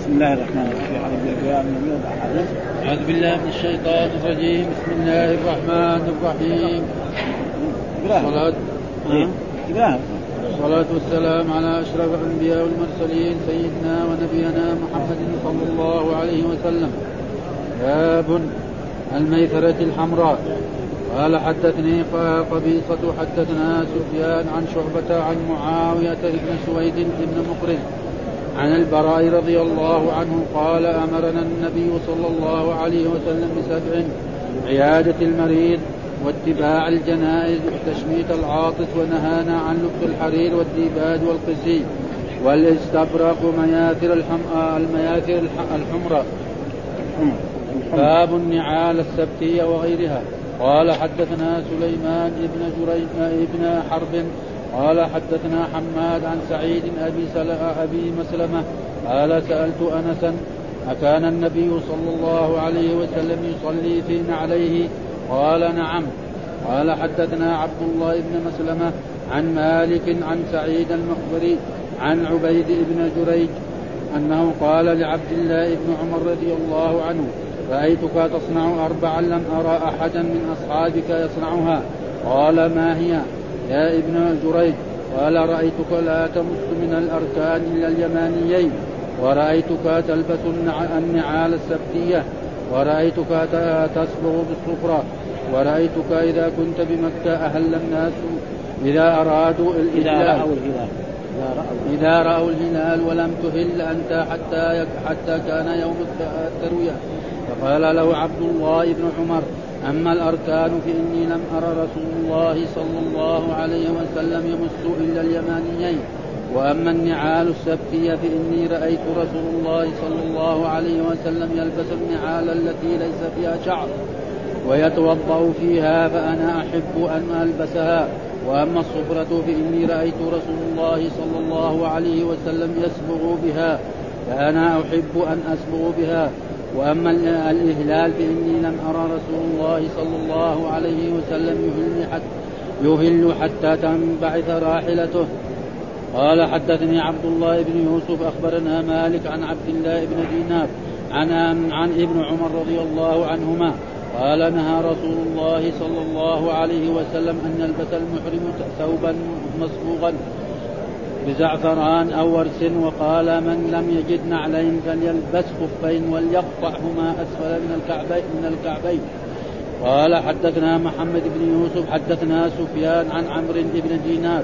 بسم الله الرحمن الرحيم. أعوذ بالله من الشيطان الرجيم. بسم الله الرحمن الرحيم. الصلاة والسلام على أشرف الأنبياء والمرسلين سيدنا ونبينا محمد صلى الله عليه وسلم. باب الميثرة الحمراء. قال حدثني قبيصة حدثنا سفيان عن شعبة عن معاوية بن سويد بن مقرن عن البراء رضي الله عنه قال أمرنا النبي صلى الله عليه وسلم ب7: عيادة المريض واتباع الجنائز وتشميت العاطس، ونهانا عن لبس الحرير والديباج والقسي والاستبرق المياثر الحمراء. باب النعال السبتية وغيرها. قال حدثنا سليمان ابن حرب قال حدثنا حماد عن سعيد أبي مسلمة قال سألت أنسا: أكان النبي صلى الله عليه وسلم يصلي في نعليه؟ قال: نعم. قال حدثنا عبد الله بن مسلمة عن مالك عن سعيد المخبري عن عبيد بن جريج أنه قال لعبد الله بن عمر رضي الله عنه: رأيتك تصنع 4 لم أرى أحدا من أصحابك يصنعها. قال: ما هي يا ابن جريج؟ قال: رأيتك لا تمس من الأركان إلا اليمانيين، ورأيتك تلبس النعال السبتية، ورأيتك تصبغ بالصفرة، ورأيتك إذا كنت بمكة أهل الناس إذا رأوا الهلال ولم تهل أنت حتى كان يوم التروية. فقال له عبد الله بن عمر: أما الأركان فإني لم أرى رسول الله صلى الله عليه وسلم يمس إلا اليمانيين، وأما النعال السبتية فإني رأيت رسول الله صلى الله عليه وسلم يلبس النعال التي ليس فيها شعر ويتوضأ فيها، فأنا أحب أن ألبسها. وأما الصفرة فإني رأيت رسول الله صلى الله عليه وسلم يسبغ بها، فأنا أحب أن أسبغ بها. وأما الإهلال فإني لم أرى رسول الله صلى الله عليه وسلم يهل حتى تنبعث راحلته. قال حدثني عبد الله بن يوسف أخبرنا مالك عن عبد الله بن دينار عن ابن عمر رضي الله عنهما قال: نهى رسول الله صلى الله عليه وسلم أن يلبس المحرم ثوبا مصبوغا بزعفران أو ورس، وقال: من لم يجد نعلين فليلبس خفين وليقطعهما أسفل من الكعبين. قال حدثنا محمد بن يوسف حدثنا سفيان عن عمرو بن دينار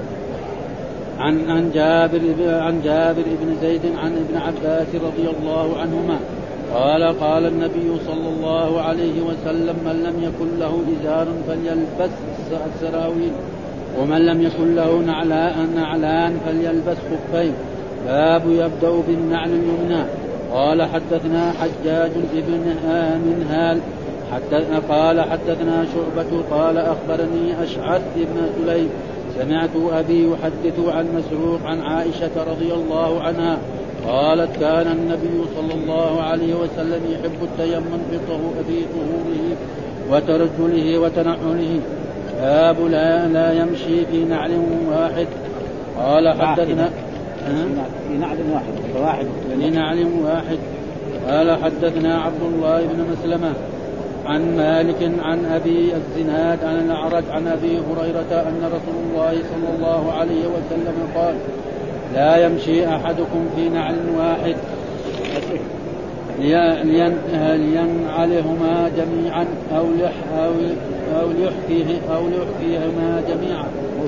عن جابر بن زيد عن ابن عباس رضي الله عنهما قال: قال النبي صلى الله عليه وسلم: من لم يكن له إزار فليلبس السراويل، ومن لم يكن له نعلان فليلبس خفين. باب يبدأ بالنعل اليمنى. قال حدثنا حجاج بن منهال قال حدثنا شعبة قال أخبرني أشعث بن سليم سمعت أبي يحدث عن مسروق عن عائشة رضي الله عنها قالت: كان النبي صلى الله عليه وسلم يحب التيمم في طهوره وترجله وتنعله. باب لا يمشي في نعل واحد. قال حدثنا في نعل واحد. قال حدثنا عبد الله بن مسلمة عن مالك عن أبي الزناد عن الأعرج عن أبي هريرة أن رسول الله صلى الله عليه وسلم قال: لا يمشي أحدكم في نعل واحد لينعلهما جميعا أو ليحفيهما جميعا.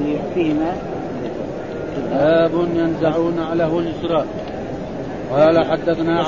باب ينزعون عليه اليسرى. قال حدثنا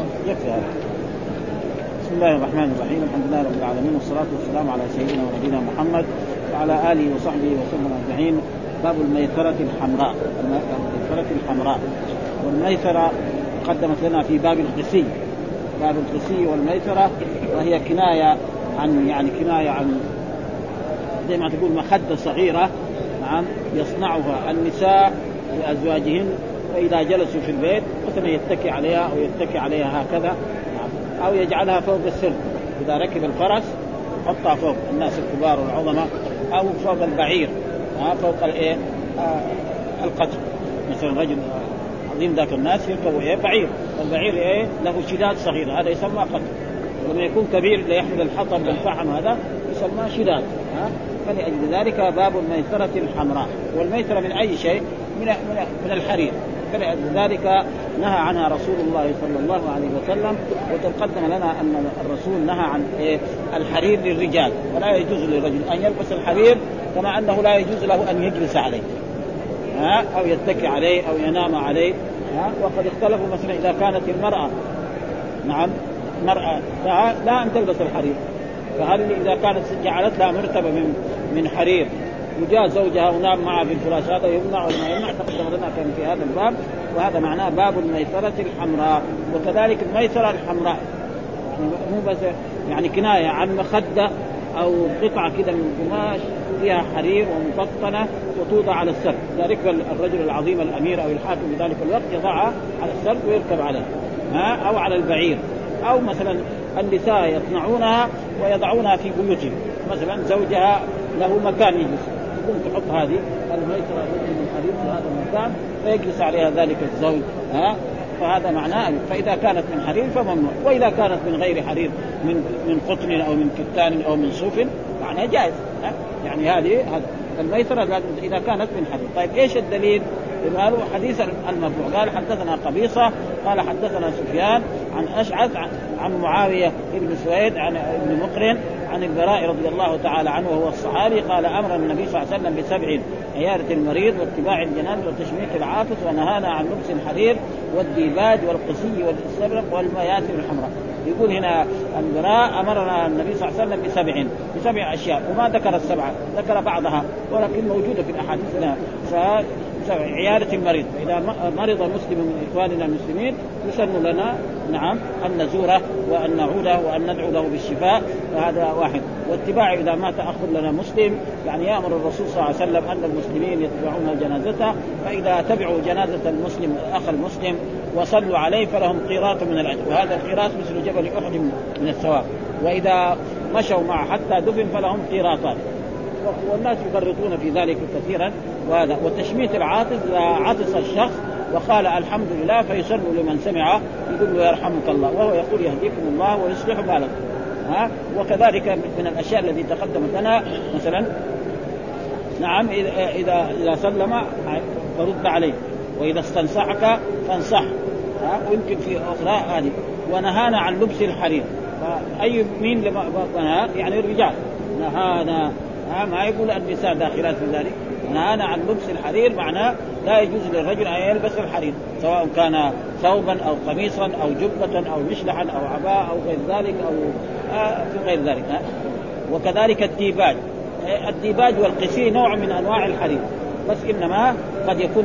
بسم الله الرحمن الرحيم. الحمد لله رب العالمين، والصلاة والسلام على سيدنا ونبينا محمد وعلى آله وصحبه وسلم أجمعين. باب الميثرة الحمراء. والميثرة قدمت لنا في باب القسي. باب القسي والميثرة، وهي كناية عن زي ما تقول مخدة صغيرة، نعم، يصنعها النساء لأزواجهن، وإذا جلسوا في البيت مثلا يتكي عليها أو يتكي عليها هكذا، أو يجعلها فوق السرج. إذا ركب الفرس حطها فوق الناس الكبار والعظماء، أو فوق البعير، فوق القدر. مثلا رجل تقديم ذاك الناس يركبوا بعير، والبعير له شداد صغير هذا يسمى قطر، ولما يكون كبير ليحمل الحطب والفحم هذا يسمى شداد. فلأجل ذلك باب الميسرة الحمراء. والميسرة من أي شيء؟ من الحرير. فلأجل ذلك نهى عنها رسول الله صلى الله عليه وسلم. وتقدم لنا أن الرسول نهى عن الحرير للرجال، ولا يجوز للرجل أن يلبس الحرير، كما أنه لا يجوز له أن يجلس عليه أو يتكي عليه أو ينام عليه. وقد اختلفوا مثلا إذا كانت المرأة مرأة لا أن تلبس الحرير، فهل إذا كانت جعلت لها مرتبة من حرير وجاء زوجها ونام معها في الفراش هذا يمنع ولا ما يمنع؟ تقدم لنا كان في هذا الباب، وهذا معناه باب الميسرة الحمراء. وكذلك الميسرة الحمراء مو بس يعني كناية عن مخدة أو قطعة كده من قماش فيها حرير ومبطنة وتوضع على السرب. ذلك الرجل العظيم الأمير أو الحاكم في ذلك الوقت يضعها على السرب ويركب عليه أو على البعير. أو مثلا النساء يصنعونها ويضعونها في بيوتهم، مثلا زوجها له مكان يجلس تقوم تحط هذه الميسرة من الحرير في هذا المكان فيجلس عليها ذلك الزوج فهذا معناه. فإذا كانت من حرير فممنوع، وإذا كانت من غير حرير من قطن أو من كتان أو من صوف معناه جائز. يعني هذه الميسرة إذا كانت من حرير. طيب إيش الدليل؟ قالوا حديث المرفوع، قال حدثنا قبيصة قال حدثنا سفيان عن أشعث عن معاوية بن سويد عن ابن مقرن عن البراء رضي الله تعالى عنه وهو الصحابي قال أمر النبي صلى الله عليه وسلم ب7: عيادة المريض واتباع الجنازة وتشميت العاطس، ونهانا عن لبس الحرير والديباج والقسي والاستبرق والمياسر الحمراء. يقول هنا البراء أمرنا النبي صلى الله عليه وسلم بسبع أشياء، وما ذكر السبعة، ذكر بعضها ولكن موجودة في الأحاديث هنا. عيادة المريض، إذا مرض مسلم من إخواننا المسلمين يسن لنا أن نزوره وأن نعوده وأن ندعو له بالشفاء، فهذا واحد. واتباع إذا مات أخ لنا مسلم، يعني يأمر الرسول صلى الله عليه وسلم أن المسلمين يتبعون جنازته، فإذا تبعوا جنازة المسلم الأخ المسلم وصلوا عليه فلهم قيراط من الأجر، وهذا القيراط مثل جبل أحد من الثواب. وإذا مشوا معه حتى دفن فلهم قيراطان، والناس يفرطون في ذلك كثيرا. وهذا وتشميت العاطس، إذا عطس الشخص وقال الحمد لله فيسر لمن سمع يقول له يرحمك الله، وهو يقول يهديكم الله ويصلح بالكم. وكذلك من الأشياء التي تقدمت لنا مثلا إذا سلم فرد عليه، وإذا استنصحك فانصح. ويمكن في أخرى هذه. ونهانا عن لبس الحرير، فأي مين لما يعني الرجال نهانا، ما يقول النساء داخلات في ذلك. نهانا عن لبس الحرير معناه لا يجوز للرجل أن يلبس الحرير، سواء كان ثوبا أو قميصا أو جبة أو مشلحا أو عباء أو غير ذلك أو في غير ذلك. وكذلك الديباج والقسي نوع من أنواع الحرير، بس إنما قد يكون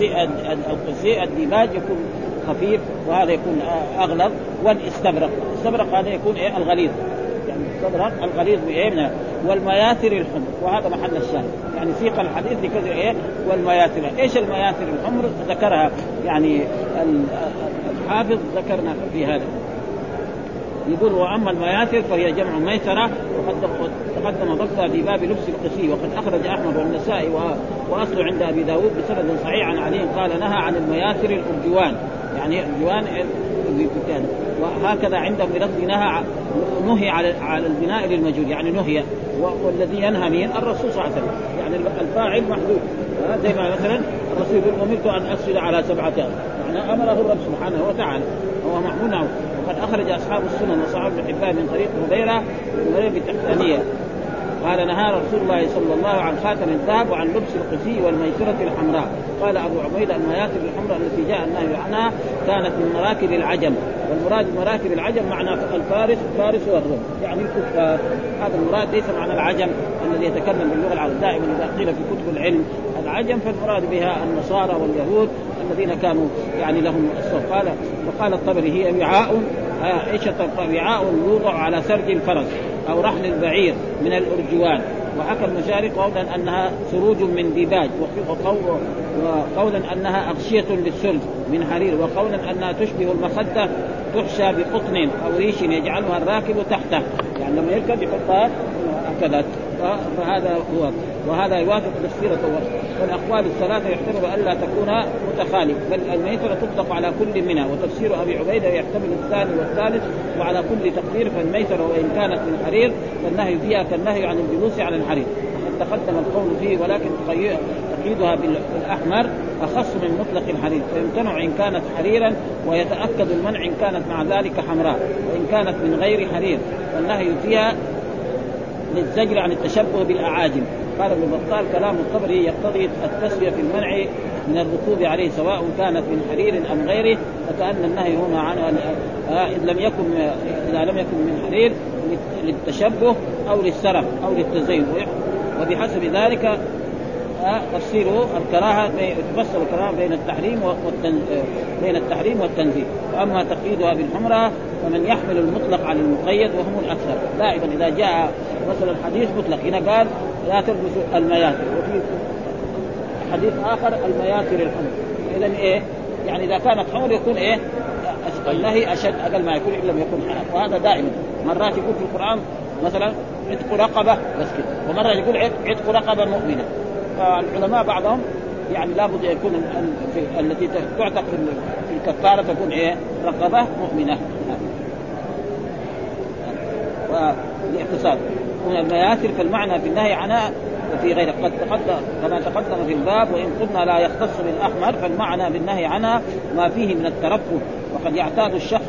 القسي الديباج يكون خفيف وهذا يكون أغلظ. والاستبرق هذا يكون الغليظ، يعني الاستبرق الغليظ بإيه. والمياثر الحمر، وهذا محل الشاهد، يعني سيق الحديث بكذا والمياثر. ايش المياثر الحمر؟ ذكرها يعني الحافظ ذكرنا في هذا. يقول واما المياثر فهي جمع ميسرة، وقد تقدم ضبطها في باب لبس القسي. وقد اخرج احمد والنسائي واصله عند ابي داود بسند صحيح عن علي قال نهى عن المياثر الارجوان، يعني الارجوان بالكتان. وهكذا عندهم بلفظ نهي على البناء للمجهول، يعني نهي، والذي ينهى مين؟ الرسول صلى الله عليه وسلم، يعني الفاعل محدود. زي ما مثلا الرسول يقول امرت ان اسجد على 7 أعضاء، يعني امره الرب سبحانه وتعالى، هو معمول. وقد اخرج اصحاب السنن وصحاب ابن حبان من طريق هريره بالتحتانيه قال نهى رسول الله صلى الله عن خاتم الذهب وعن لبس القسي والميسرة الحمراء. قال أبو عبيدة المياثر الحمراء التي جاء النهي عنها كانت من مراكب العجم، والمراد بمراكب العجم معنى الفارس والروم، يعني الكفار. هذا المراد ليس معنى العجم الذي يتكلم باللغة العربية. دائما إذا قيل في كتب العلم العجم فالمراد بها النصارى واليهود الذين كانوا يعني لهم الصف. فقال الطبري هي وعاء، ايش وعاء يوضع على سرج الفرس أو رحل البعير من الأرجوان. وحكى المشارق قولا أنها سروج من ديباج، وقولا أنها أغشية للسرج من حرير، وقولا أنها تشبه المخدة تحشى بقطن أو ريش يجعلها الراكب تحته، يعني لما يركب يحطها هكذا. فهذا هو، وهذا يوافق تفسير والأقوال الثلاثة يحتمل ألا تكون متخالف، بل الميسرة تطلق على كل منها، وتفسير أبي عبيدة يحتمل الثاني والثالث، وعلى كل تقدير فالميسرة وإن كانت من حرير فالنهي فيها كالنهي عن الجلوس على الحرير، وقد تقدم القول فيه، ولكن تقييدها بالأحمر أخص من مطلق الحرير، فيمتنع إن كانت حريرا، ويتأكد المنع إن كانت مع ذلك حمراء، وإن كانت من غير حرير فالنهي فيها للزجر عن التشبه بالأعاجم. قال ابن بطال كلام الطبري يقتضي التسوية في المنع من الركوب عليه سواء كانت من حرير أم غيره، فكأن النهي هنا عن إذا لم يكن من حرير للتشبه أو للسرف أو للتزين، وبحسب ذلك تفسيره الكراهة، تفسر الكراهة بين التحريم والتنزيه. وأما تقييدها بالحمرة فمن يحمل المطلق على المقيد وهم الأكثر. دائما إذا جاء مثلا الحديث مطلق هنا قال لا تلبسوا المياسر، وفي حديث آخر المياسر الحمر، إذن إيه يعني إذا كانت حمر يكون إيه النهي أشد أقل ما يكون إن لم يكن حرام. وهذا دائما مرات يكون في القرآن مثلا عتق رقبة بس كده، ومرة يقول عتق رقبة مؤمنة. فالعلماء بعضهم يعني لابد يكون التي تعتق في الكفارة تكون إيه رقبة مؤمنة والاقتصاد من المياسر. فالمعنى في النهي عنها وفي غيره قد تقدم كما تقدم في الباب، وإن قلنا لا يختص بالأحمر فالمعنى بالنهي عنها ما فيه من الترفه، وقد يعتاد الشخص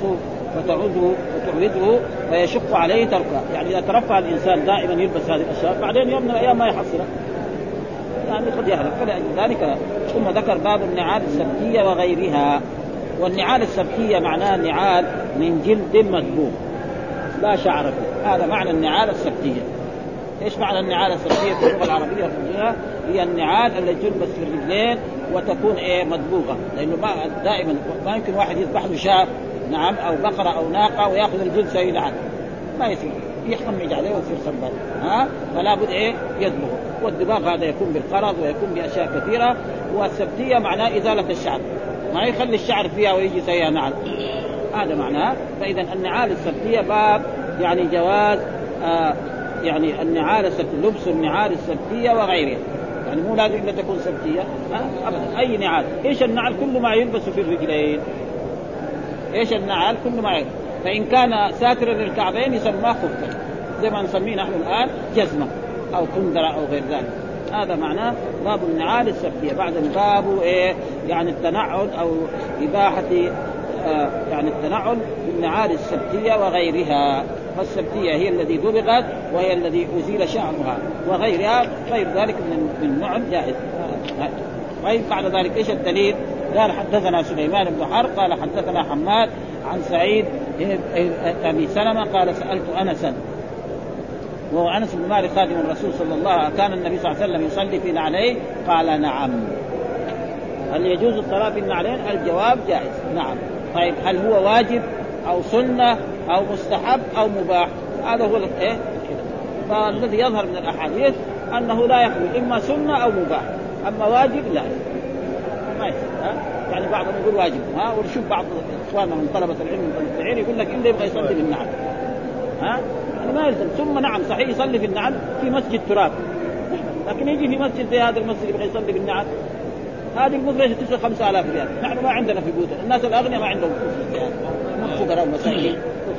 وتعوده ويشق عليه تركه. يعني إذا ترفع الإنسان دائما يلبس هذه الأشياء بعدين يوم من الأيام ما يحصلها يعني قد يهلك. فلذلك ثم ذكر باب النعال السبتية وغيرها. والنعال السبتية معناها النعال من جلد مدبوغ لا شعر فيه، هذا معنى النعال السبتية. ايش معنى النعال السبتية في اللغة العربية؟ هي النعال التي تلبس في الرجلين وتكون ايه مدبوغة، لأنه دائما ما يمكن واحد يذبح له شاة نعم أو بقرة أو ناقة ويأخذ الجلد يلعن، ما يصير يحمج عليه ويصير سبات، فلا بد ايه يدبغ. والدباغ هذا يكون بالقرض ويكون بأشياء كثيرة. والسبتية معناه إزالة الشعر، ما يخلي الشعر فيها ويجي سيئة نعل، هذا معناه. فإذا النعال السبتية باب يعني جواز يعني النعال السبتية، لبس النعال السبتية وغيرها، يعني مو لازم إلا تكون سبتية أبدا، أي نعال. إيش النعال؟ كل ما يلبس في الرجلين. إيش النعال؟ كل ما يلبس. فإن كان ساترا للكعبين يسمى خفا، زي ما نسميه نحن الآن جزمة أو قندرة أو غير ذلك. هذا معناه باب النعال السبتية. بعد الباب إيه يعني التنعل أو إباحة يعني التنعل بالنعال السبتية وغيرها. فالسبتية هي الذي دبغت وهي الذي أزيل شعرها، وغيرها غير ذلك من النعل جائز. طيب بعد ذلك إيش الدليل؟ قال حدثنا سليمان بن حرب قال حدثنا حماد عن سعيد أبي سلمة قال سألت أنسا، وهو أنس بن مالك خادم الرسول صلى الله عليه وسلم، كان النبي صلى الله عليه وسلم يصلي في نعليه؟ قال نعم. هل يجوز الصلاة في النعلين؟ الجواب جائز نعم. طيب هل هو واجب أو سنة أو مستحب أو مباح؟ هذا هو إيه. فالذي يظهر من الأحاديث أنه لا يخلو إما سنة أو مباح، أما واجب لا ما يصير. يعني بعضهم يقول واجب، ونشوف بعض إخواننا من طلبة العلم المتبعين يقول لك إلا يبغى يصلي بالنعل، يعني ما يلزم. ثم نعم صحيح يصلي في النعل في مسجد تراب، لكن يجي في مسجد زي هذا المسجد يبغى يصلي بالنعل، هذه المفرشة تسوى 5000 ريال. نحن ما عندنا في بيوتنا، الناس الأغنياء ما عندهم فقراء ومساكين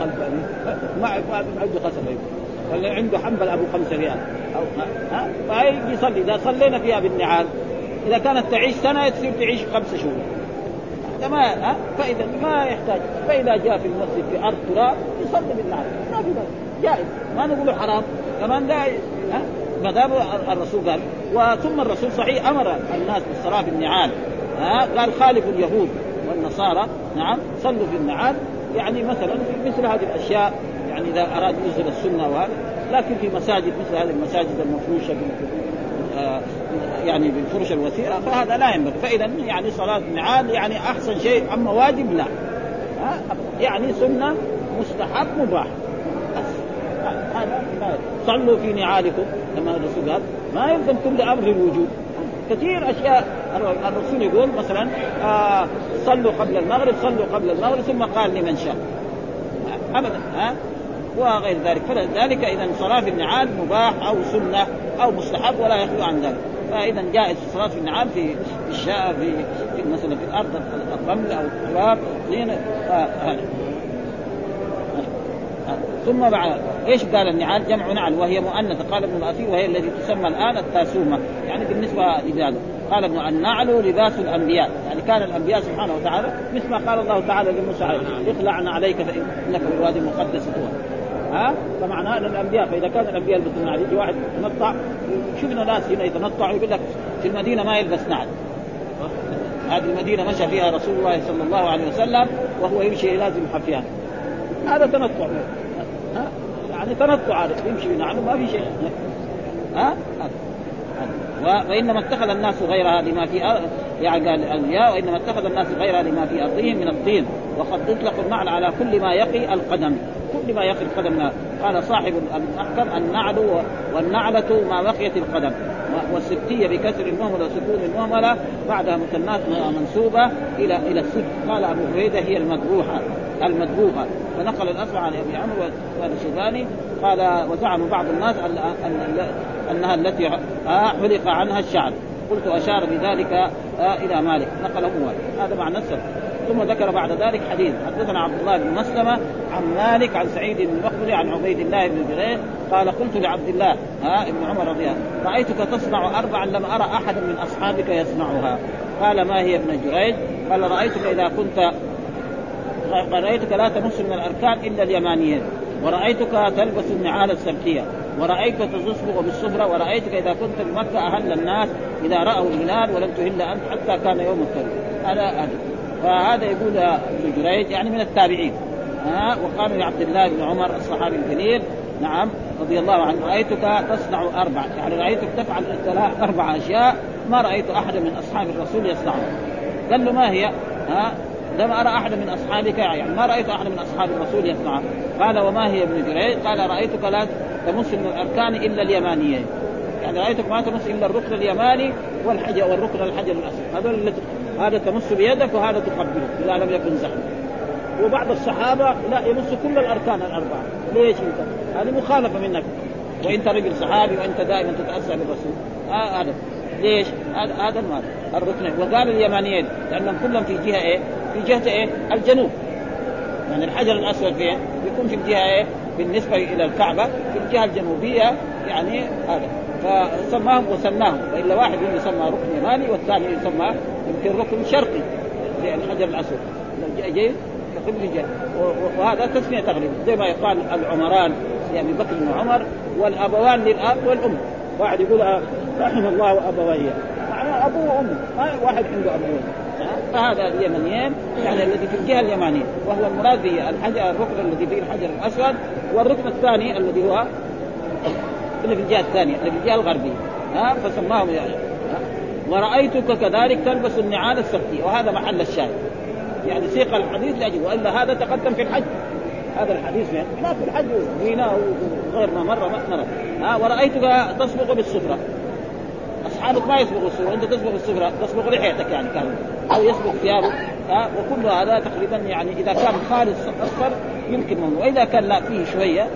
ما عنده قسم ولا عنده حنبل أبو 5 ريال أو فهي يصلي. إذا صلينا فيها بالنعال إذا كانت تعيش سنة تصير تعيش 5 شهور تمام. فإذا ما يحتاج. فإذا جاء في المسجد في أرض تراب يصلي بالنعال ما في بس جائز، ما نقول حرام كمان لا. ما دام الرسول قال. وثم الرسول صحيح أمر الناس بالصلاة بالنعال، قال خالفوا اليهود والنصارى نعم صلوا في النعال. يعني مثلا في مثل هذه الأشياء يعني إذا أراد ينزل السنة وهذا، لكن في مساجد مثل هذه المساجد المفروشة يعني بالفرش الوثيرة فهذا لا ينبغي. فإذا يعني صلاة النعال يعني أحسن شيء، أما واجب لا، يعني سنة مستحب مباح هذا. صلوا في نعالكم كما الرسول قال، ما يلزم كل أمر الوجود. كثير أشياء الرسول يقول مثلا صلوا قبل المغرب، صلوا قبل المغرب، ثم قال لمن شاء أبدا. وغير ذلك. فلذلك إذا صلاة في النعال مباح أو سنة أو مستحب ولا يخلو عن ذلك. فإذا جائز الصلاة في النعال في الشاء في مثلا في الأرض الرمل أو التراب. ثم بعد ايش قال النعال؟ جمع نعل وهي مؤنثة. قال ابن الأثير وهي التي تسمى الآن التاسومة، يعني بالنسبة لذلك. قال ابن النعل لباس الأنبياء، يعني كان الأنبياء سبحانه وتعالى مثل ما قال الله تعالى لموسى اخلعنا عليك فإنك بالوادي المقدس طوى. فمعناه أن الأنبياء، فإذا كان الأنبياء يلبسون نعل يجي واحد يتنطع. شفنا ناس هنا يتنطع ويقول لك في المدينة ما يلبس نعل. هذه المدينة مشى فيها رسول الله صلى الله عليه وسلم وهو يمشي لازم حفيان. هذا تنطع، يعني تنطع يمشي بنعله ما في شيء. وإنما اتخذ الناس غيرها لما في يعني قال الأنبياء وإنما اتخذ الناس غيرها لما في أرضهم من الطين. وقد يطلق النعل على كل ما يقي القدم، كل ما يقي القدم. قال صاحب المحكم النعل والنعلة ما بقيت القدم، والسبتية بكسر المهملة وسكون المهملة بعدها مثنات منسوبة إلى السبت. قال أبو هريرة هي المدبوغة. فنقل الأصل عن أبي عمرو والشيباني قال وزعم بعض الناس أنها التي حلق عنها الشعر. قلت أشار بذلك إلى مالك، نقله هذا معنى السبت. ثم ذكر بعد ذلك حديث حدثنا عبد الله بن مسلمة عن مالك عن سعيد بن المقبري عن عبيد الله بن جريج قال قلت لعبد الله ابن عمر رضي الله رأيتك تصنع 4 لم أرى أحد من أصحابك يصنعها. قال ما هي ابن جريج؟ قال رأيتك لا تمس من الأركان إلا اليمانيين، ورأيتك تلبس النعال السبتية، ورأيتك تصبغ بالصفرة، ورأيتك إذا كنت بمكة أهل الناس إذا رأوا الهلال ولم تهل أنت حتى كان يوم التروية. فهذا يقول ابن جريج يعني من التابعين. وقال لعبد الله بن عمر الصحابي الجليل نعم رضي الله عنه رأيتك تصنع 4، يعني رأيتك تفعل 4 أشياء ما رأيت أحد من أصحاب الرسول يصنعها. قال له ما هي؟ لم أرى أحد من أصحابك، يعني ما رأيت أحد من أصحاب الرسول يصنعها. قال وما هي ابن جريج؟ قال رأيتك لا تمس من الأركان إلا اليمانيين، يعني رأيتك ما تمس إلا الركن اليماني والركن الحجر الأسود، هذا تمس بيدك وهذا تقبله إذا لم يكن زحمة. وبعض الصحابة لا يمس كل الأركان 4. ليش انت؟ هذه مخالفة منك، وانت رجل صحابي وانت دائما تتأسى بالرسول. هذا ليش؟ هذا الركن. وقال اليمانيين لأنهم كلهم في جهة ايه؟ في جهة ايه؟ الجنوب، يعني الحجر الأسود فين؟ يكون في الجهة ايه؟ بالنسبة إلى الكعبة في الجهة الجنوبية، يعني هذا فسماهم وسماهم. وإلا واحد يسمى ركن يماني والثاني يسمى يمكن ركن شرقي زي الحجر الأسود جاي قبل جاي. وهذا تسمية تغلب زي ما يقال العمران يعني بكر وعمر، والأبوان للأب والأم. واحد يقول رحم الله أبويه، معناه أبوه وأمه، واحد عنده أبوه. فهذا اليمنيين يعني الذي في الجهة اليمانية، وهو المراد به الركن الذي فيه الحجر الأسود، والركن الثاني الذي هو اللي في الجهة الثانية اللي في الجهة الغربية. فسماهم يعني. ورأيتك كذلك تلبس النعال السبتية، وهذا محل الشاهد، يعني سيق الحديث لأجل، وإلا هذا تقدم في الحج. هذا الحديث يعني ما في الحج وغينا وغير ما مرة. ورأيتك تصبغ بالصفرة، أصحابك ما يصبغوا الصفرة، أنت تصبغ الصفرة، تصبغ ريحتك يعني كان أو يصبغ ثيابه. وكل هذا تقريبا يعني إذا كان خالص أصفر يمكن منه، وإذا كان لا فيه شوية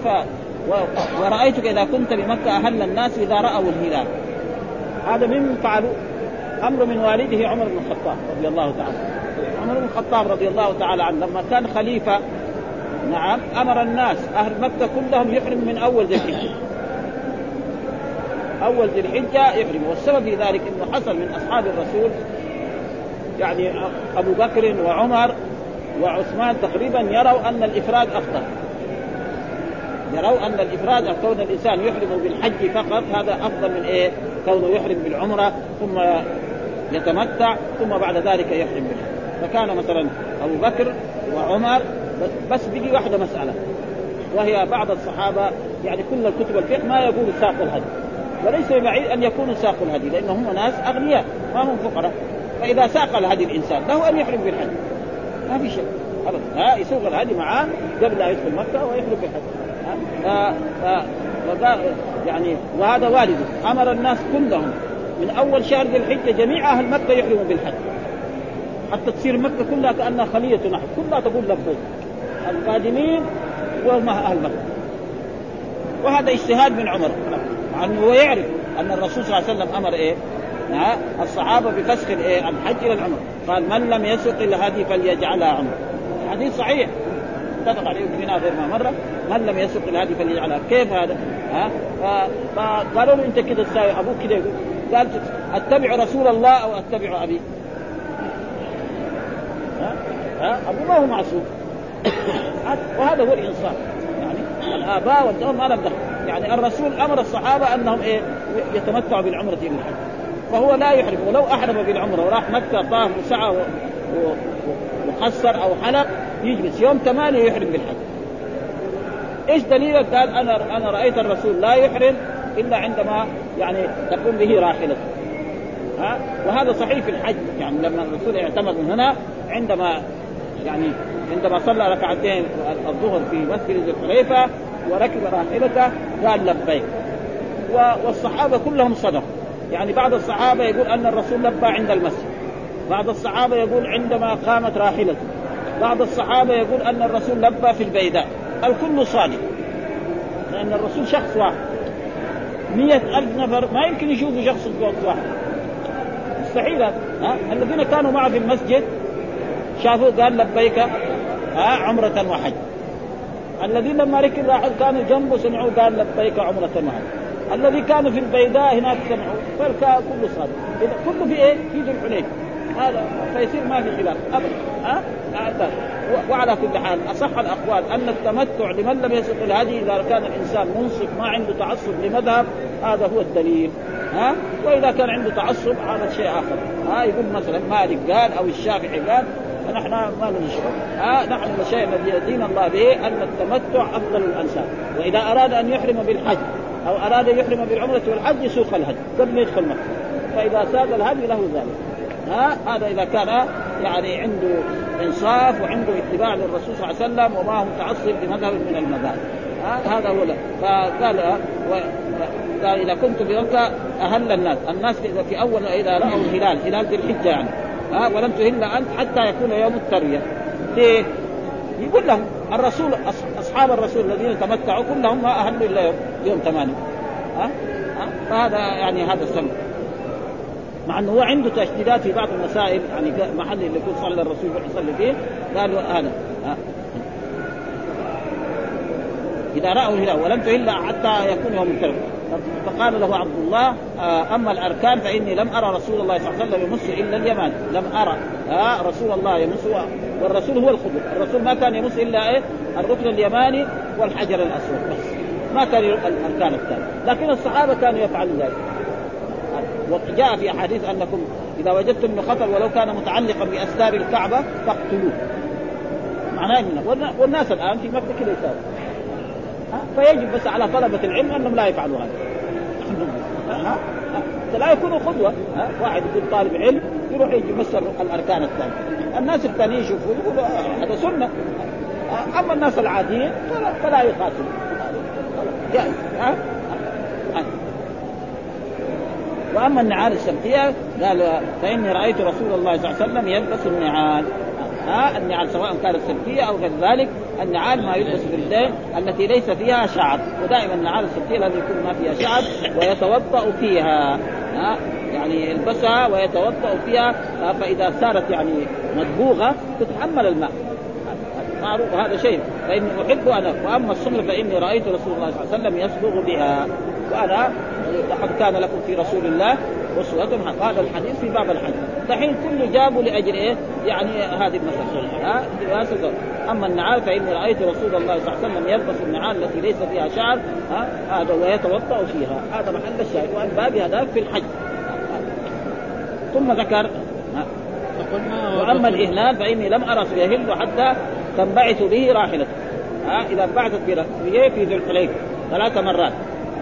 ورأيتك إذا كنت بمكة أهل الناس إذا رأوا الهلال. هذا من فعلوا أمر من والده عمر بن الخطاب رضي الله تعالى. عمر بن الخطاب رضي الله تعالى عنه لما كان خليفة نعم أمر الناس أهل مكة كلهم يحرم من أول ذي الحجة. أول ذي الحجة يحرم. والسبب في ذلك إنه حصل من أصحاب الرسول يعني أبو بكر وعمر وعثمان تقريبا يروا أن الإفراد أفضل، يروا أن الإفراد كون الإنسان يحرم بالحج فقط هذا أفضل من إيه؟ كونه يحرم بالعمرة ثم يتمتع ثم بعد ذلك يحرم بالحج. فكان مثلا أبو بكر وعمر بس بيجي واحدة مسألة، وهي بعض الصحابة يعني كل الكتب الفقه ما يقول ساق الهدي، وليس بعيد أن يكونوا ساق الهدي لأنهم ناس أغنياء ما هم فقراء. فإذا ساق الهدي الإنسان له أن يحرم بالحج ما في شيء أبدا. يسوق الهدي معاه قبل لا يدخل مكة ويحرم بالحج. يعني وهذا والده أمر الناس كلهم من أول شهر ذي الحجة جميع أهل مكة يحرموا بالحج، حتى تصير مكة كلها كأنها خلية نحو، كلها تقول لبيك القادمين وهم أهل مكة وهذا اجتهاد من عمر، مع أنه هو يعرف أن الرسول صلى الله عليه وسلم أمر الصحابة بفسخ الحج إلى العمرة، قال من لم يسق الهدي فليجعلها عمرة. حديث صحيح اتفق عليه ابن غير ما مرة، من لم يسق الهدي فليجعلها. كيف هذا؟ فقالوا له أنت كده تساوي أبوك كده يقول، قال أتبع رسول الله أو أتبع أبي؟ أبو ما هو معصوم. وهذا هو الإنصاف، يعني الآباء والدهم ما لم دخل. يعني الرسول أمر الصحابة أنهم يتمتعوا بالعمرة إلى الحج، فهو لا يحرم. ولو أحرم بالعمرة وراح مكة طاف وسعى وقصر أو حلق يجلس يوم 8 يحرم بالحج. إيش دليلك؟ قال أنا رأيت الرسول لا يحرم إلا عندما يعني تقوم به راحلته. وهذا صحيح في الحج، يعني لما الرسول اعتمد من هنا عندما صلى ركعتين الظهر في مسجد ذي الحليفة وركب راحلته قال لبيك. والصحابة كلهم صدقوا، يعني بعض الصحابة يقول أن الرسول لبى عند المسجد، بعض الصحابة يقول عندما قامت راحلته، بعض الصحابة يقول أن الرسول لبى في البيداء. الكل صادق، لأن الرسول شخص واحد، 100,000 نفر ما يمكن يشوفوا شخص واحد، مستحيل. الذين كانوا معه في المسجد شافوا قال لبيك عمرة وحج. الذين لما ركب راحل كانوا جنبه سمعوا قال لبيك عمرة وحج. الذي كانوا في البيداء هناك سمعوا، فالكا كله صادق. إذا كله في في ذي الحليفة، هذا فيصير ما في خلاف أبدا. وعلى كل حال أصح الأقوال أن التمتع لمن لم يسق الهدي إذا كان الإنسان منصف ما عنده تعصب لمذهب، هذا هو الدليل. وإذا كان عنده تعصب هذا شيء آخر. يقول مثلا مالك قال أو الشافعي قال، فنحن ما نشرب. نحن الشيء الذي يدين الله به أن التمتع أفضل الأنساب. وإذا أراد أن يحرم بالحج أو أراد يحرم بالعمرة والحج يسوق الهدي قبل ما يدخل مكة، فإذا ساق الهدي له ذلك. هذا إذا كان يعني عنده إنصاف وعنده اتباع للرسول صلى الله عليه وسلم وما هو متعصب لمذهب من المذاهب. هذا هو. فقال إذا كنت بمكة أهل الناس في أول إذا رأوا هلال ذي الحجة يعني ولم تهل أنت حتى يكون يوم التروية. ليه؟ يقول لهم الرسول أصحاب الرسول الذين تمتعوا كلهم ما أهلوا إلا يوم 8. فهذا يعني هذا السبب، مع أنه هو عنده تشديدات في بعض المسائل، يعني محل اللي يكون صلى الرسول يصلي فيه قالوا هذا إذا رأوا الهلال ولم تهل حتى يكون يوم التروية. فقال له عبد الله أما الأركان فإني لم أرى رسول الله صلى الله عليه وسلم يمس إلا اليمان. لم أرى رسول الله يمس، والرسول هو الخضر. الرسول ما كان يمس إلا الركن اليماني والحجر الأسود بس، ما كان الأركان الثانية. لكن الصحابة كانوا يفعلون ذلك. وجاء في أحاديث أنكم إذا وجدتم من خطر ولو كان متعلقا بأستار الكعبة فاقتلوه. معناه إنه والناس الآن في مكة كده يساوي. فيجب بس على طلبة العلم أنهم لا يفعلوا هذا. لا يكونوا قدوة. واحد يكون طالب علم يروح يجي يمسر الأركان الثانية، الناس الثانيين يشوفوا يقولوا هذا سنة. أما الناس العاديين فلا يقاتلوا. جائز. وأما النعال السبتية قال فإني رأيت رسول الله صلى الله عليه وسلم يلبس النعال. النعال سواء كانت سبتية أو غير ذلك، النعال ما يلبس في الرجلين التي ليس فيها شعر. ودائما النعال السبتية التي يكون ما فيها شعر ويتوضأ فيها، يعني يلبسها ويتوضأ فيها. فإذا صارت يعني مدبوغة تتحمل الماء، معروف هذا شيء. فإني أحب أنا. وأما السمر فإني رأيت رسول الله صلى الله عليه وسلم يصبغ بها. وأنا لقد كان لكم في رسول الله أسوة. هذا الحديث في باب الحج. دحين كل جابوا لأجل إيه؟ يعني هذه المسألة. أما النعال فإني رأيت رسول الله صلى الله عليه وسلم يلبس النعال التي ليس فيها شعر هذا ويتوضأ فيها. هذا محل الشاهد. وأن باب هذا في الحج. ثم ذكر وأما الإهلال فإني لم أرى يهل حتى تنبعث به راحلته. إذا انبعثت في ذي الحليفة 3 مرات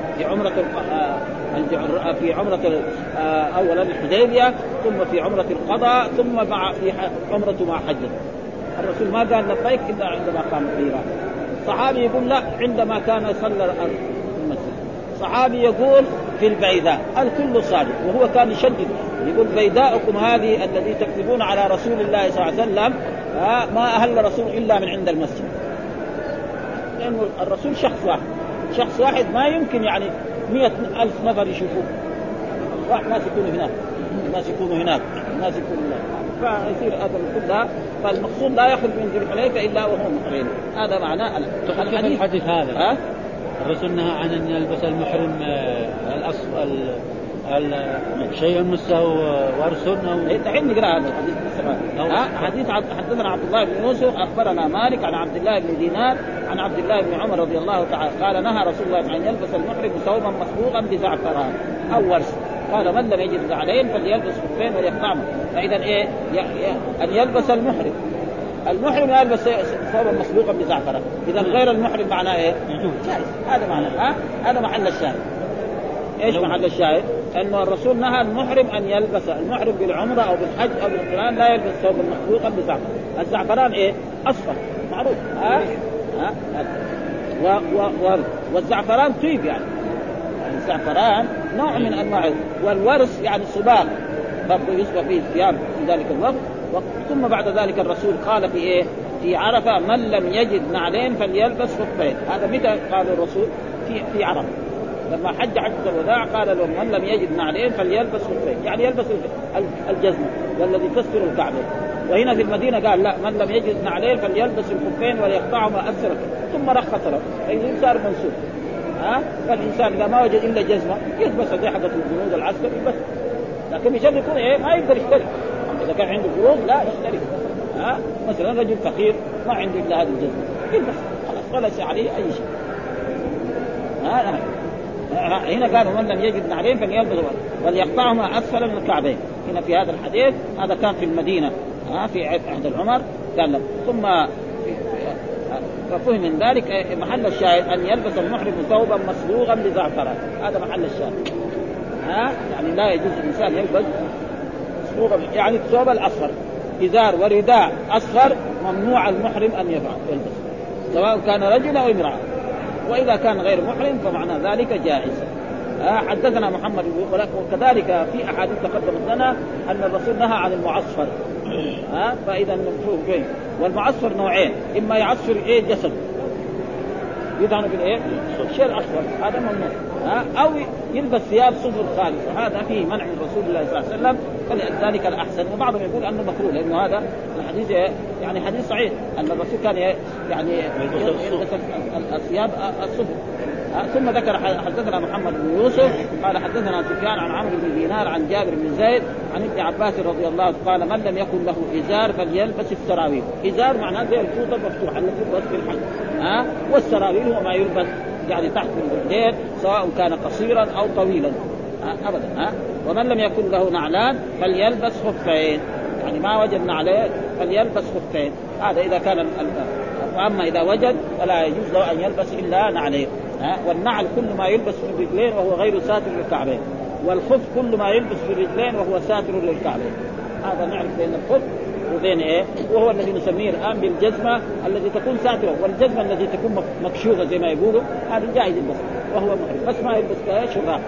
في عمرة أولا الحديبية، ثم في عمرة القضاء، ثم في عمرة مع حجة. الرسول ما قال لبيك إلا عندما قام القيران. صحابي يقول لا عندما كان يصلى المسجد. صحابي يقول في البيداء. الكل صادق. وهو كان يشدد يقول بيداءكم هذه الذي تكذبون على رسول الله صلى الله عليه وسلم ما أهل رسول إلا من عند المسجد، لأنه الرسول شخص واحد شخص واحد ما يمكن يعني 100,000 نفر يشوفوه، الناس يكونوا هناك، الناس يكونوا هناك، الناس يكونوا هناك، فيصير هذا كلها. فالمقصود لا يخرج من ذي الحليفة إلا وهو محرم. هذا معناه الحديث هذا. الرسول نهى عن أن يلبس المحرم شيء مسه ورس الحين نقرأ هذا الحديث. حديث حدثنا عبد الله بن يوسف أخبرنا مالك عن عبد الله بن دينار عن عبد الله بن عمر رضي الله تعالى قال نهى رسول الله أن يلبس المحرم ثوبا مصبوغا بزعفران أو ورس. قال من لم يجد عليهم فليلبس خفين وليقطعهما. فإذا إيه أن يلبس المحرم يلبس ثوبا مسبوقا بزعفران. إذا غير المحرم معناه إيه؟ جائز. هذا معناه. هذا محل الشاهد. إيش محل الشاهد؟ أنه الرسول نهى المحرم أن يلبس، المحرم بالعمرة أو بالحج أو بالقران لا يلبس ثوبا مسبوقا بزعفران. الزعفران إيه؟ أصفر معروف. والزعفران طيب يعني الزعفران نوع من أنواع. والورس يعني صباغ برضو يصبغ فيه الثياب في ذلك الوقت. ثم بعد ذلك الرسول قال في إيه؟ في عرفة من لم يجد نعلين فليلبس خفين. هذا متى قال الرسول؟ في عرفة لما حج حجة الوداع قال لهم من لم يجد نعلين فليلبس خفين، يعني يلبس الجزمة والذي تستر الكعبة. وهنا في المدينة قال لا من لم يجد نعلين فليلبس الخفين وليقطعهما أسفل، ثم رخص له فإذا صار منسوخ. فالإنسان إذا ما وجد إلا جزمة يلبس زي حقة الجنود العسكري بس، لكن بشرط يكون إيه ما يقدر يشتري. إذا كان عنده فلوس لا يشتري. مثلا رجل فقير ما عنده إلا هذه الجزمة يلبس خلاص ولا شيء عليه أي شيء. هنا قالوا من لم يجد نعلين فليلبس وليقطعهما أسفل من الكعبين. هنا في هذا الحديث هذا كان في المدينة في عهد العمر قال له. ثم ففهم من ذلك محل الشاهد أن يلبس المحرم ثوبا مصبوغا بزعفران. هذا محل الشاهد. يعني لا يجوز الإنسان يلبس مصبوغا، يعني الثوب الأصفر إزار ورداء أصفر ممنوع المحرم أن يلبس سواء كان رجل أو امرأة. وإذا كان غير محرم فمعنى ذلك جائز. حدثنا محمد وكذلك في أحاديث تقدمت لنا أن الرسول نهى عن المعصفر. فإذا نشوف كيف. والمعصفر نوعين، إما يعصفر جسد يدهن بالإيه الشيء الأصفر هذا ممنوع، أو يلبس ثياب صفر خالص، وهذا فيه منع من رسول الله صلى الله عليه وسلم. فلذلك الأحسن. وبعضهم يقول أنه مكروه لأنه هذا الحديث يعني حديث صحيح أن الرسول كان يعني يلبس الثياب الصفر. ثم ذكر حدثنا محمد بن يوسف قال حدثنا سفيان عن عمرو بن دينار عن جابر بن زيد عن ابن عباس رضي الله عنه قال من لم يكن له إزار فليلبس السراويل. إزار معناه زي الفوطة المفتوحة التي تلبس في الحج. والسراويل هو ما يلبس يعني تحت الرجلين سواء كان قصيرا أو طويلا أبدا. ومن لم يكن له نعلان فليلبس خفين، يعني ما وجد نعلين فليلبس خفين. هذا إذا كان وأما إذا وجد فلا يجوز له أن يلبس إلا نعلين. والنعل كل ما يلبس في الرجلين وهو غير ساتر للكعبين، والخف كل ما يلبس في الرجلين وهو ساتر للكعبين. هذا نعرف بين الخف وبين إيه، وهو الذي نسميه الآن بالجزمة التي تكون ساترة، والجزمة التي تكون مكشوفة زي ما يقولوا هذا جائز يلبس وهو محرم، بس ما يلبس شراب.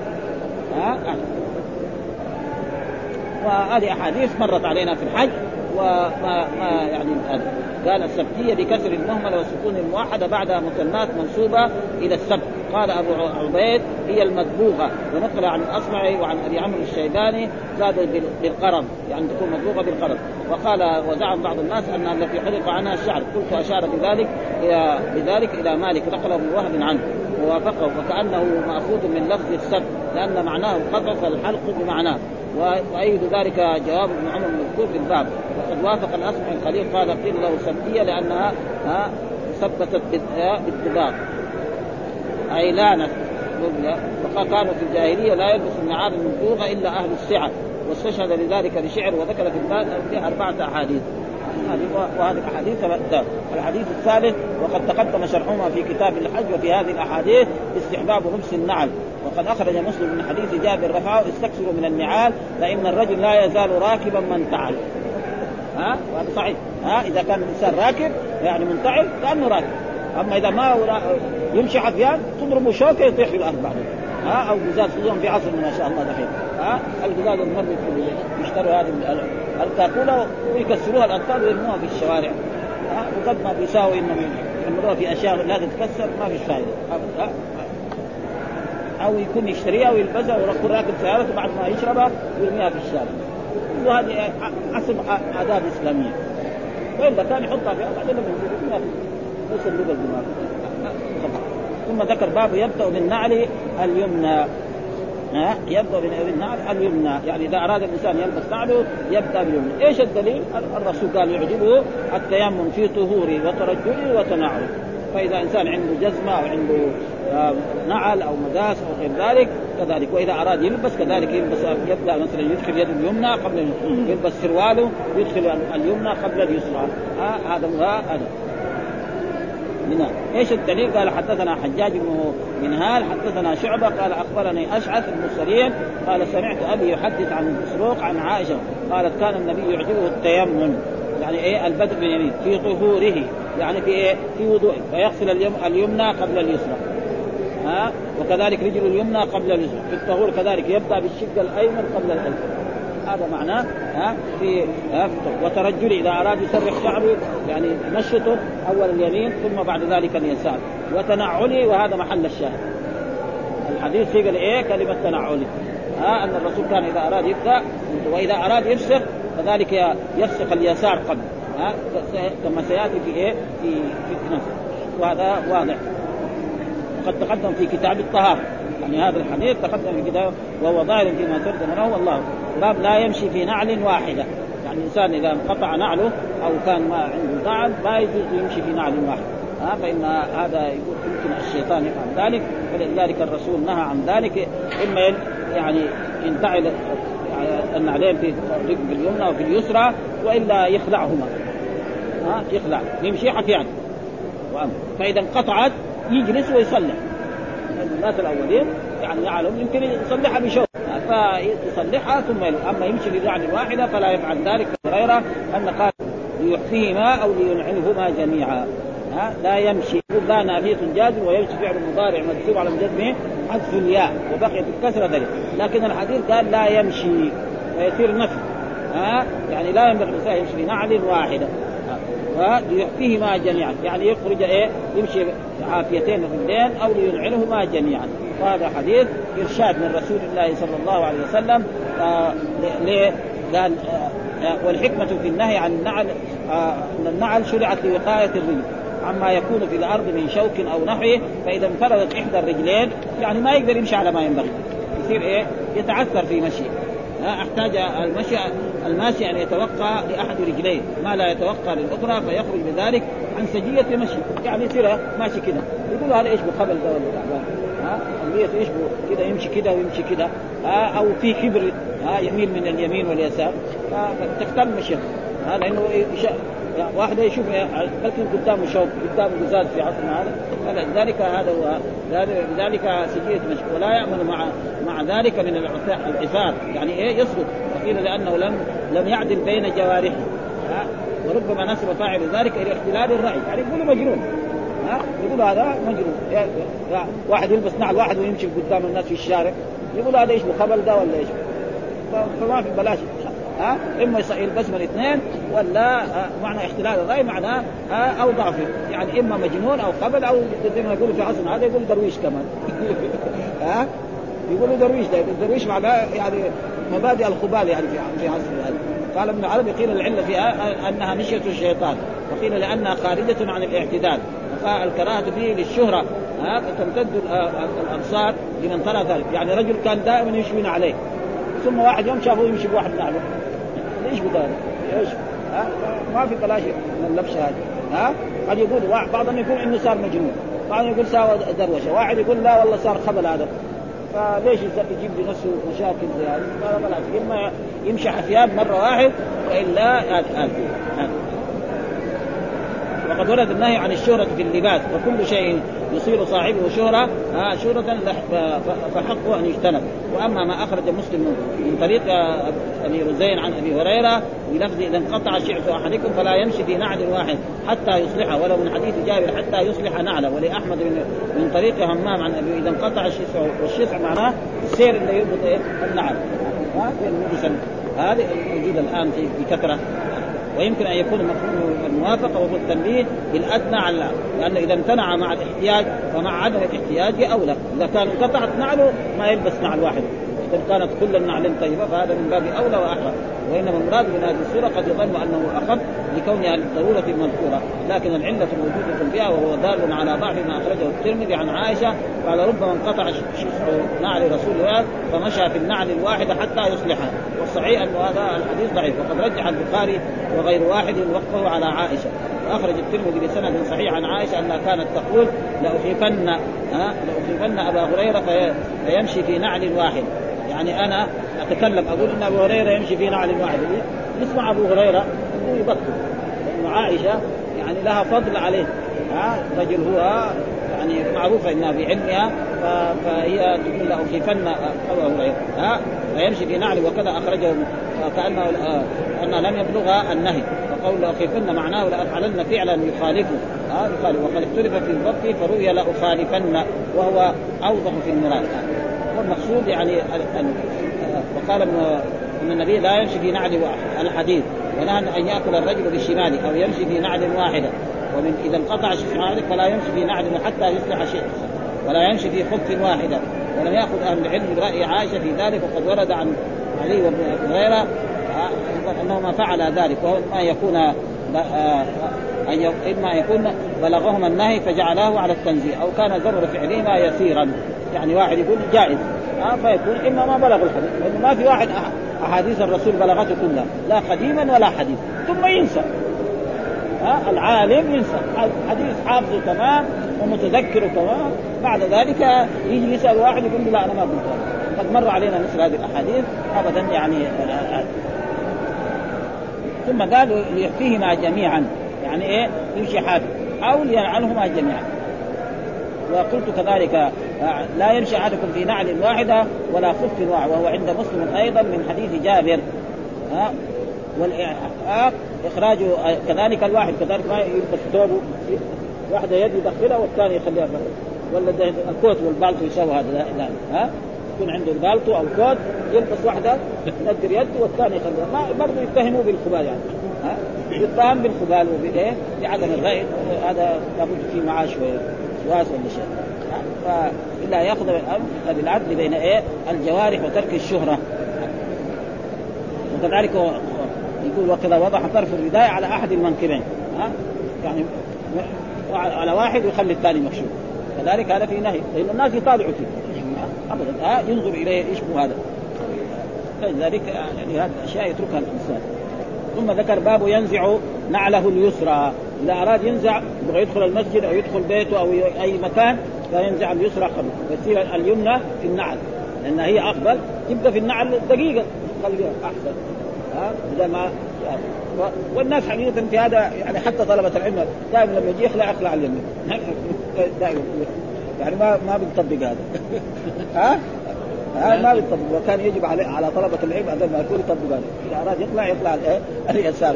وهذه أحاديث مرت علينا في الحج. وما يعني قال السبتية بكسر المهملة والسكون الموحدة بعدها مثنات منصوبة إلى السبت. قال أبو عبيد هي المدبوغة، ونقل عن الأصمعي وعن أبي عمرو الشيباني زاد بالقرض، يعني تكون مدبوغة بالقرض. وقال وزعم بعض الناس أنها التي حلق عنها الشعر. قلت أشار بذلك إلى مالك نقله من وهب عنه ووافقه، وكأنه مأخوذ من لفظ السبت لأن معناه القطع فالحلق بمعناه. وأيد ذلك جواب ابن عمر المذكور في الباب. وقد وافق الأصمعي الخليل قال قيل له سبتية لأنها ثبتت بالدباغ أي لانت. وقال كانوا في الجاهلية لا يلبس النعال المنفوغة إلا أهل السعة، واستشهد لذلك بشعر. وذكر في الباب في 4 أحاديث. وهذه الأحاديث الحديث الثالث وقد تقدم شرحهما في كتاب الحج. وفي هذه الأحاديث استحباب لبس النعل. وقد أخرج مسلم من حديث جابر رفعه استكثروا من النعال فإن الرجل لا يزال راكبا منتعل. وهذا صحيح. إذا كان الإنسان راكب يعني منتعل كأنه راكب. أما إذا ما يمشي حفيان تضربه شوكة يطيح في الأرض بعدين. أو جزاز خصوصا في عصرنا ما شاء الله دحين. الجزاز المر يشتروا هذه الكاكولة ويكسروها الأطفال ويرموها في الشوارع. وقد ما بيساوي إنهم يحملوها في اشياء لا تتكسر ما فيش فائده ابدا، او يكون يشتريها ويلبسها ويكون راكب سيارته بعد ما يشربها ويرميها في الشارع، وهذه حسب آداب إسلامية. وإلا كان يحطها في بعدين لما يوصل له الدماغ. ثم ذكر باب يبدأ بالنعل اليمنى، يبدأ بالنعل اليمنى، يعني إذا أراد الإنسان يلبس نعله يبدأ باليمنى. إيش الدليل؟ الرسول قال يعجبه التيمم في طهوره وترجله وتنعله. فإذا إنسان عنده جزمة أو عنده نعل أو مداس أو غير ذلك كذلك، وإذا أراد يلبس كذلك يلبس، يبدأ مثلا يدخل يد اليمنى قبل يلبس سرواله، يدخل اليمنى قبل اليسرى. هذا هنا. ايش الدليل؟ قال حدثنا حجاج بن منهال حدثنا شعبة قال اخبرني اشعث بن سريع قال سمعت ابي يحدث عن مسروق عن عائشة قالت كان النبي يعجبه التيمم، يعني ايه البدء باليمين في طهوره، يعني في ايه في وضوء، فيغسل اليمنى قبل اليسرى، وكذلك رجل اليمنى قبل اليسرى. في الطهور كذلك يبدأ بالشق الايمن قبل الايسر، هذا معناه في وترجل إذا أراد يسرح شعره يعني نشطه أول اليمين ثم بعد ذلك اليسار، وتنعلي وهذا محل الشاهد الحديث في قال إيه كلمة تنعلي، أن الرسول كان إذا أراد يبدأ، وإذا أراد يفسخ كذلك يفسخ اليسار قبل، كما سيأتي في إيه في نفسه، وهذا واضح وقد تقدم في كتاب الطهارة. يعني هذا الحديث تقدم في كتاب وهو ظاهر فيما ترجم له والله. باب لا يمشي في نعل واحدة، يعني الإنسان إذا انقطع نعله أو كان ما عنده نعل ما يجوز يمشي في نعل واحد، فإن هذا يمكن الشيطان يفعل ذلك، فلذلك الرسول نهى عن ذلك. إما يعني ينتعل النعلين في اليمنى وفي اليسرى، وإلا يخلعهما، يخلع يمشي حفيان، فإذا انقطعت يجلس ويصلح. الناس الأولين يعني يعلم يمكن يصلحها بشوك فيصلحها ثم أما يمشي لنعل واحدة فلا يفعل ذلك. غيره أن قال ليحفيهما أو لينعلهما جميعا، لا يمشي لا نافية جازم ويمشي فعل مضارع مكتوب على مجزمه حذف الياء وبقيت الكسرة ذلك، لكن الحديث قال لا يمشي فيصير نفي، يعني لا ينبغي الإنسان يمشي لنعل واحدة، وليحفيهما جميعا يعني يخرج يمشي عافيتين رجلين أو لينعلهما جميعا. وهذا حديث إرشاد من رسول الله صلى الله عليه وسلم. قال والحكمة في النهي عن النعل أن النعل شرعت لوقاية الرجل عما يكون في الأرض من شوك أو نحوه، فإذا انفردت إحدى الرجلين يعني ما يقدر يمشي على ما ينبغي، يصير يتعثر في مشي، احتاج الماشي أن يتوقع لأحد رجليه ما لا يتوقع للأخرى، فيخرج بذلك عن سجية مشي، يعني يصير ماشي كده يقول هذا إيش بخبل ده ولا النية إيش كده يمشي كده ويمشي كده، أو في كبر يميل من اليمين واليسار فتختل مشي. هذا إنه يعني واحد يشوف لكن قدامه شوك قدامه جزاز في عصرنا هذا، لذلك هذا هو لذلك سجية مشي. ولا يعمل مع ذلك من العثار يعني يسقط، وقيل لأنه لم يعدل بين جوارحه، وربما نسب فاعل ذلك إلى اختلال الرأي، يعني يقولوا مجنون، يقول هذا مجنون. واحد يلبس نعل واحد ويمشي قدام الناس في الشارع يقول هذا ايش بخبل ده ولا ايش، فما في بلاش، اما يلبس من الاثنين ولا معنى اختلال الرأي معناه او ضعف، يعني اما مجنون او خبل او زي ما يقولوا في عصرنا هذا يقول درويش كمان يقولوا درويش، ده الدرويش معناه يعني مبادئ الخبال يعني في عصر هذا. قال ابن عربي قيل العلة فيها أنها مشية الشيطان، وقيل لأنها خارجة عن الاعتدال، الكراهة فيه للشهرة، فتمتد الأبصار لمن ترى ذلك. يعني رجل كان دائما يشوين عليه ثم واحد يوم شافه يمشي بواحد نعله، ليش بذلك؟ ايش؟ ما في بلاش من اللبش هذا. قد يقول بعضهم يقول إنه صار مجنون، بعضهم يقول صار دروشة، واحد يقول لا والله صار خبل هذا، فليش يجيب لنفسه مشاكل زي هذه؟ إما يمشي حفيان مرة واحد وإلا وقد ورد النهي عن الشهرة في اللباس، وكل شيء يصير صاحبه شهرة فحقه أن يجتنب. وأما ما أخرج مسلم من طريق أبي رزين عن أبي هريرة بلفظ إذا انقطع شعث أحدكم فلا يمشي في نعل واحد حتى يصلحه، ولو من حديث جابر حتى يصلح نعله. ولأحمد من طريق همام عن أبي إذا انقطع الشسع، والشسع معناه السير اللي يربط النعل، هذا الموجود الآن في كثرة. ويمكن أن يكون مفهوم الموافقة وهو التنبيه بالأدنى على، لأنه إذا امتنع مع الاحتياج فمع عدم الاحتياج أولى. إذا كان قطعت نعله ما يلبس نعل واحد، إذا كانت كل النعلين طيبة فهذا من باب أولى وأحرى. وإنما المراد من هذه السورة قد يظن أنه أخف لكونها للضرورة المذكورة، لكن العلة موجودة فيها، وهو دال على ضعف ما أخرجه الترمذي عن عائشة قال ربما انقطع نعل رسول الله فمشى في النعل الواحدة حتى يصلحها. والصحيح أن هذا الحديث ضعيف، وقد رجح البخاري وغير واحد وقفه على عائشة. وأخرج الترمذي بسند صحيح عن عائشة أنها كانت تقول لأخيفن أبا هريرة فيمشي في نعل واحد. يعني أنا أتكلم أقول إن أبو هريرة يمشي في نعل واحد، يسمع أبو هريرة يبكي، لأن عائشة يعني لها فضل عليه. رجل هو يعني معروفة إنها بعلمها، فهي تقول لأخيفن أبو هريرة فيمشي في نعل. وكذا أخرجه كأنه لم يبلغها النهي، وقول لأخيفن معناه لأفعلن فعلا يخالفه. وقد اختلف في الضبط فروي لأخالفن، وهو أوضح في المراد. والمقصود يعني وقال ان النبي لا يمشي في نعل واحد الحديث، ونهى ان ياكل الرجل بالشمال او يمشي في نعل واحده. ومن اذا انقطع شيء فلا يمشي في نعل حتى يصلح شيء، ولا يمشي في خف واحده. ولم ياخذ اهل العلم براي عائشه في ذلك، وقد ورد عن علي وابن هريره انه ما فعل ذلك، وهو ما يكون إما يكون بلغهم النهي فجعله على التنزيه، أو كان ضرر فعلهما يسيرا. يعني واحد يقول جائز فيكون إما ما بلغ الحديث، لأنه ما في واحد أحاديث الرسول بلغته كلها لا قديما ولا حديث ثم ينسى. العالم ينسى حديث حافظه تمام ومتذكره تمام، بعد ذلك يجي يسأل واحد يقول لا أنا ما قلت. قد مر علينا مثل هذه الأحاديث أبدا يعني. ثم قالوا ليحفيهما جميعا، يعني إيه يمشي حافظ أو لينعلهما جميعا. وقلت كذلك لا يمشي أحدكم في نعل واحدة ولا خف واحد، وهو عند مسلم أيضا من حديث جابر. إخراج كذلك الواحد كذلك ما يلبس ثوبه واحدة يد يدخلها والثاني يخليها برا، ولا الكوت والبالتو يسوي هذا يكون عنده البالتو أو الكوت يلبس واحدة ينقر يده والثاني يخليها، ما برضه يتهموا بالخبال يعني يتهم بالخبال وبإيه بعدم الرأي. هذا لابد فيه معاش وواس ولا شيء. فإلا يأخذ بالعدل بين إيه الجوارح وترك الشهرة. وكذلك يقول وكذا وضع طرف الرداء على أحد المنكبين، يعني على واحد ويخلي الثاني مكشوف. كذلك هذا في نهي، لأن الناس يطالعوا فيه أبدا ينظر إليه إيش هو هذا. فلذلك يعني هذه الأشياء يتركها الإنسان. ثم ذكر باب ينزع نعله اليسرى، إذا أراد ينزع يبغى يدخل المسجد أو يدخل بيته أو أي مكان فينزع اليسرى قبل يصير اليمنى في النعل، لأن هي أفضل. يبقى في النعل دقيقة خليها أحسن. إذا ما والناس حقيقة في هذا يعني حتى طلبة العلم دائما لما يجي يخلع اليمين دائما يعني ما بنطبق هذا ما بيطبق. وكان يجب على طلبة العلم أن ما يكون يطبق هذا، إذا أراد يطلع اليسار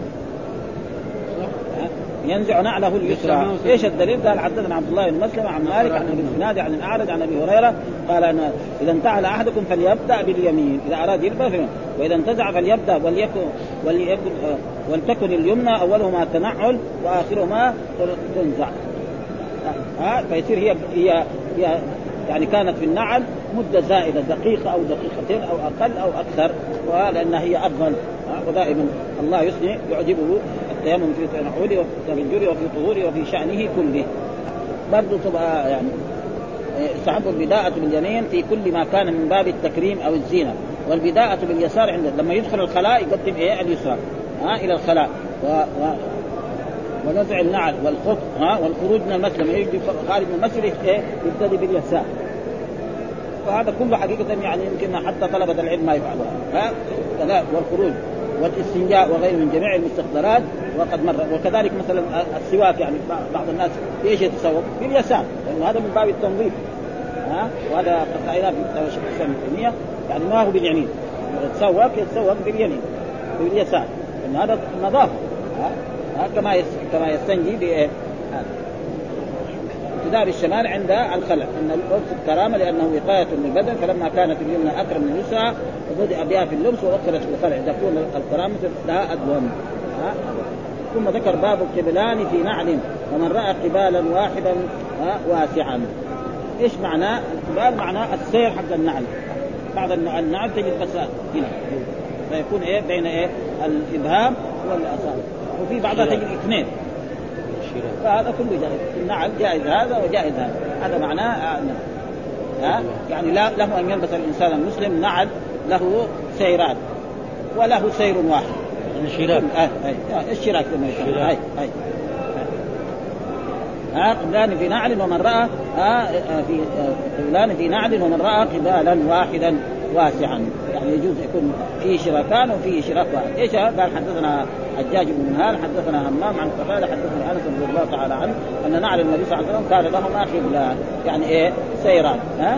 ينزع نعله اليسرى. ايش الدليل؟ قال حدثنا عبد الله بن مسلم عن مالك عن ابي الزناد عن الاعرج عن ابي هريره قال أنا اذا انتعل احدكم فليبدا باليمين، اذا اراد يلبس، واذا انتزع فليبدا ولتكن اليمنى اولهما تنعل واخرهما تنزع. فيصير هي يعني كانت في النعل مده زائده دقيقه او دقيقتين او اقل او اكثر، لانها هي افضل. ودائما الله يثني يعجبه التيمم في تنعله وفي تبجره وفي طهوره وفي شأنه كله. برضو تبقى يعني استحب البداءة باليمين في كل ما كان من باب التكريم أو الزينة، والبداءة باليسار عند لما يدخل الخلاء يقدم اليسار إلى الخلاء، ونزع النعل والخط والخروج من المسجد لما يجي خارج من المسجد يبتدي باليسار. فهذا كله حقيقة يعني يمكن حتى طلبة العلم ما يفعلوها كذا. والخروج والاستنجاء وغيره من جميع المستقبلات وقد مر. وكذلك مثلا السواك، يعني بعض الناس ايش يتسوق باليسار لأنه هذا من باب التنظيف. وهذا قد رأيناه في شيخ الإسلام ابن تيمية، يعني ما هو باليمين، يتسوق باليمين باليسار لأن هذا نظافة. كما يستنجي بإيه ابتداء بالشمال عند الخلع، ان اللبس الكرامه لانه وقايه للبدن، فلما كانت اليمنى اكرم من اليسرى وبدأ بها في اللبس واخرت في الخلع تكون الكرامه لها ادوم. ثم ذكر باب القبلان في نعل ومن رأى قبالا واحدا واسعا. ايش معناه القبال؟ معناه السير حق النعل. بعض النعل تجد بس هنا فيكون بين الإبهام والأصابع، وفي بعضها تجد اثنين، فهذا كله جائز. النعل جائز هذا وجائز هذا معناه يعني لا له أن يلبس الإنسان المسلم نعل له سيران وله سير واحد. الشراك الشراك كما يقول قبلان في نعل ومن رأى في قبلان في نعل ومن رأى قبالا واحدا واسعا، يعني يجوز يكون فيه شراكان وفيه شراك واحد. ايش قال؟ حدثنا حجاج بن منهال حدثنا همام عن قتادة حدثنا انس رضي الله تعالى عنه ان نعل النبي صلى الله عليه وسلم كان لهما قبلان، يعني سيران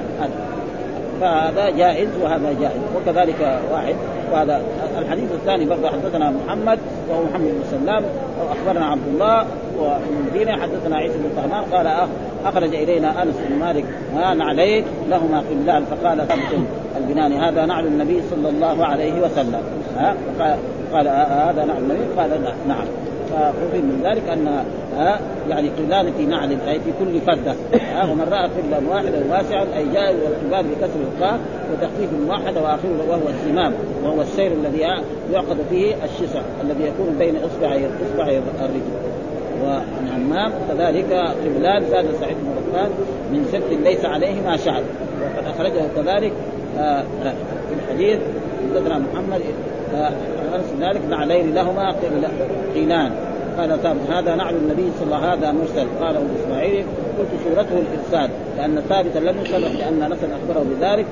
فهذا جائز وهذا جائز. وكذلك واحد. وهذا الحديث الثاني برضه حدثنا محمد وهو محمد بن سلام واخبرنا عبد الله ومدينه حدثنا عيسى بن طهمان قال اخرج الينا انس بن مالك نعلين لهما قبلان فقال ثبت البناني هذا نعل النبي صلى الله عليه وسلم. قال هذا نعل النبي؟ قال نعم. فأخذ من ذلك أن يعني قبلان في نعل أي في كل فردة ومن رأى قبلا واحدا واسعا أي جائز، والقبال بكسر القاف وتخفيف واحد وآخره وهو السمام وهو السير الذي يعقد فيه الشسع الذي يكون بين إصبعي الرجل. والهمام كذلك قبلان زاد سعيد بن ركان من سبت ليس عليه ما شعر، وقد أخرجه كذلك في الحديث حدثنا محمد أنس ذلك نعلين لهما قيلان قال ثابت هذا نعل النبي صلى الله عليه وسلم هذا مرسل قاله الإسماعيلي قلت صورته الإرسال لأن ثابتا لم يصرح لأن نسا أخبره بذلك،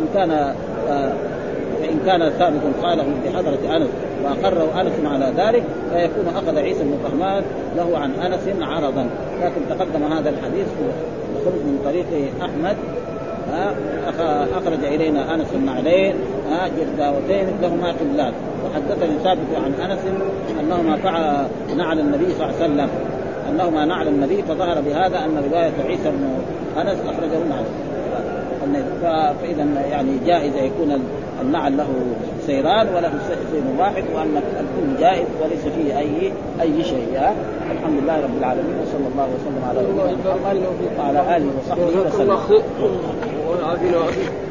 فإن كان ثابت قاله بحضرة أنس وأقره أنس على ذلك فيكون أخذ عيسى بن طهمان له عن أنس عرضا. لكن تقدم هذا الحديث خرج من طريق أحمد أخرج إلينا أنس النعلين جرداوتين لهما قبلان. وحدثني ثابت عن أنس أنهما فعل نعل النبي صلى الله عليه وسلم أنهما نعل النبي، فظهر بهذا أن رواية عيسى بن أنس أخرجه نعل. فإذا يعني جائز يكون النعل له سيران وله سير واحد وأن الكل جائز وليس فيه أي شيء. الحمد لله رب العالمين وصلى الله وسلم على نبينا محمد وعلى آله وصحبه وسلم.